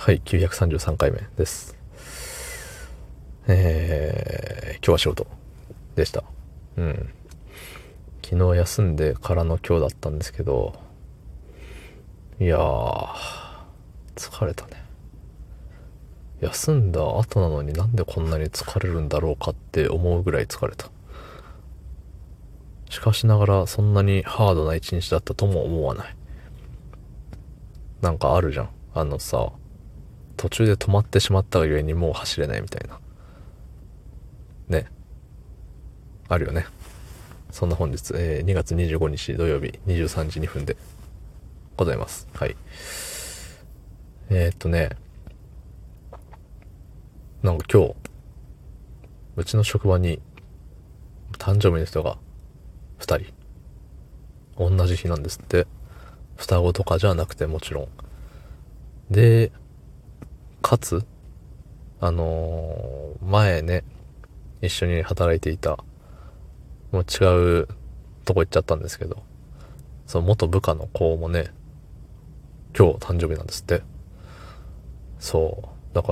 はい、933回目です。今日は仕事でした。うん。昨日休んでからの今日だったんですけど、いやー、疲れたね。休んだ後なのになんでこんなに疲れるんだろうかって思うぐらい疲れた。しかしながらそんなにハードな一日だったとも思わない。なんかあるじゃん。途中で止まってしまったがゆえにもう走れないみたいな。ね。あるよね。そんな本日、2月25日土曜日23時2分でございます。はい。ね、なんか今日、うちの職場に誕生日の人が2人。同じ日なんですって。双子とかじゃなくてもちろん。で、かつ、前ね、一緒に働いていた、もう違うとこ行っちゃったんですけど、その元部下の子もね、今日誕生日なんですって。そう。だから、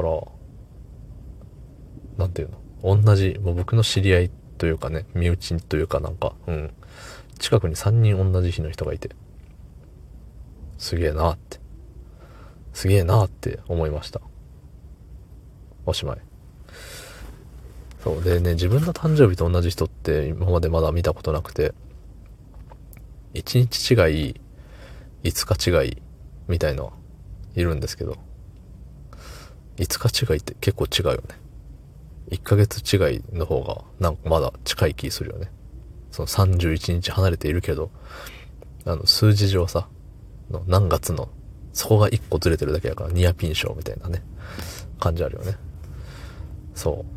なんていうの、同じ、もう僕の知り合いというかね、身内というかなんか、近くに3人同じ日の人がいて、すげえなって、すげえなって思いました。おしまい。そうでね、自分の誕生日と同じ人って今までまだ見たことなくて、1日違い、5日違いみたいないるんですけど、5日違いって結構違うよね。1ヶ月違いの方がなんかまだ近い気するよね。その31日離れているけど、数字上さ、何月の、そこが1個ずれてるだけだからニアピン賞みたいなね、感じあるよね。そう。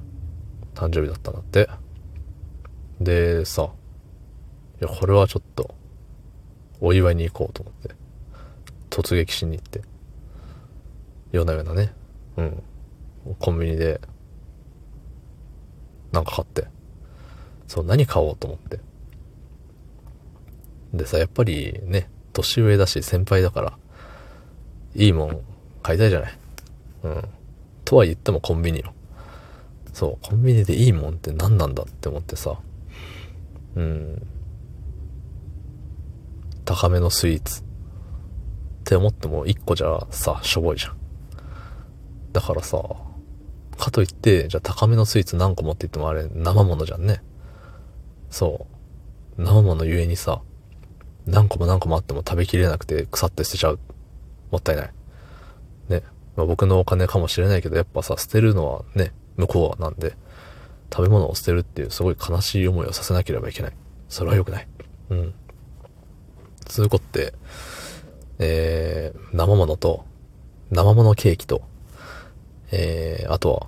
誕生日だったんだって。で、さ、いや、これはちょっと、お祝いに行こうと思って、突撃しに行って、夜な夜なね、コンビニで、なんか買って、そう、何買おうと思って。でさ、やっぱりね、年上だし先輩だから、いいもん買いたいじゃない。うん。とは言ってもコンビニよ。そう、コンビニでいいもんって何なんだって思ってさ、うん、高めのスイーツって思っても1個じゃさ、しょぼいじゃん。だからさ、かといって、じゃあ高めのスイーツ何個持っていってもあれ生ものじゃんね。そう。生ものゆえにさ、何個も何個もあっても食べきれなくて腐って捨てちゃう。もったいない。ね。まあ、僕のお金かもしれないけど、やっぱさ、捨てるのはね、向こうなんで、食べ物を捨てるっていうすごい悲しい思いをさせなければいけない。それは良くない。うん。通こって、生ものと、生ものケーキと、あとは、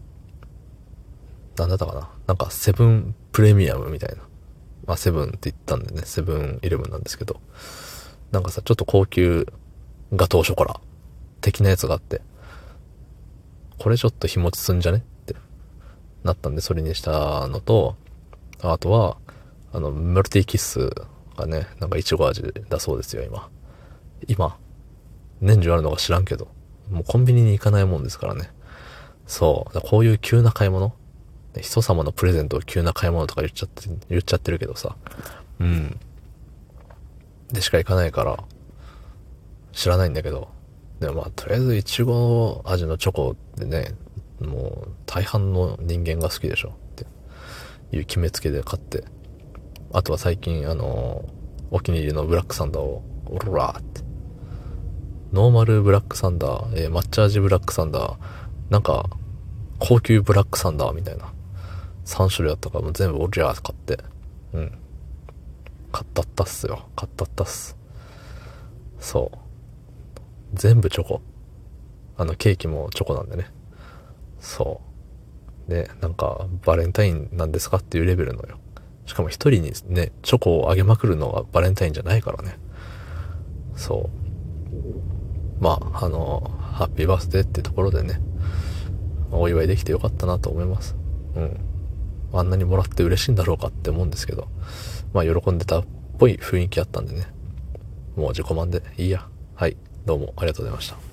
なんだったかな。なんか、セブンプレミアムみたいな。まあ、セブンって言ったんでね、セブンイレブンなんですけど、なんかさ、ちょっと高級ガトーショコラ的なやつがあって、これちょっと日持ちすんじゃねってなったんで、それにしたのと、あとは、ムルティキッスがね、なんかイチゴ味だそうですよ、今、年中あるのか知らんけど、もうコンビニに行かないもんですからね。そう。こういう急な買い物、人様のプレゼントを急な買い物とか言っちゃってるけどさ。うん。でしか行かないから、知らないんだけど。でもまあ、とりあえずイチゴ味のチョコってね、もう大半の人間が好きでしょっていう決めつけで買って。あとは最近お気に入りのブラックサンダーを、オロラーって。ノーマルブラックサンダー、抹茶味ブラックサンダー、なんか、高級ブラックサンダーみたいな。3種類あったからもう全部オリャー買って。うん。買ったったっすよ。買ったったっす。そう。全部チョコ。ケーキもチョコなんでね。そう。で、なんか、バレンタインなんですかっていうレベルのよ。しかも一人にね、チョコをあげまくるのがバレンタインじゃないからね。そう。まあ、ハッピーバースデーってところでね、お祝いできてよかったなと思います。うん。あんなにもらって嬉しいんだろうかって思うんですけど、まあ喜んでたっぽい雰囲気あったんでね、もう自己満でいいや。はい、どうもありがとうございました。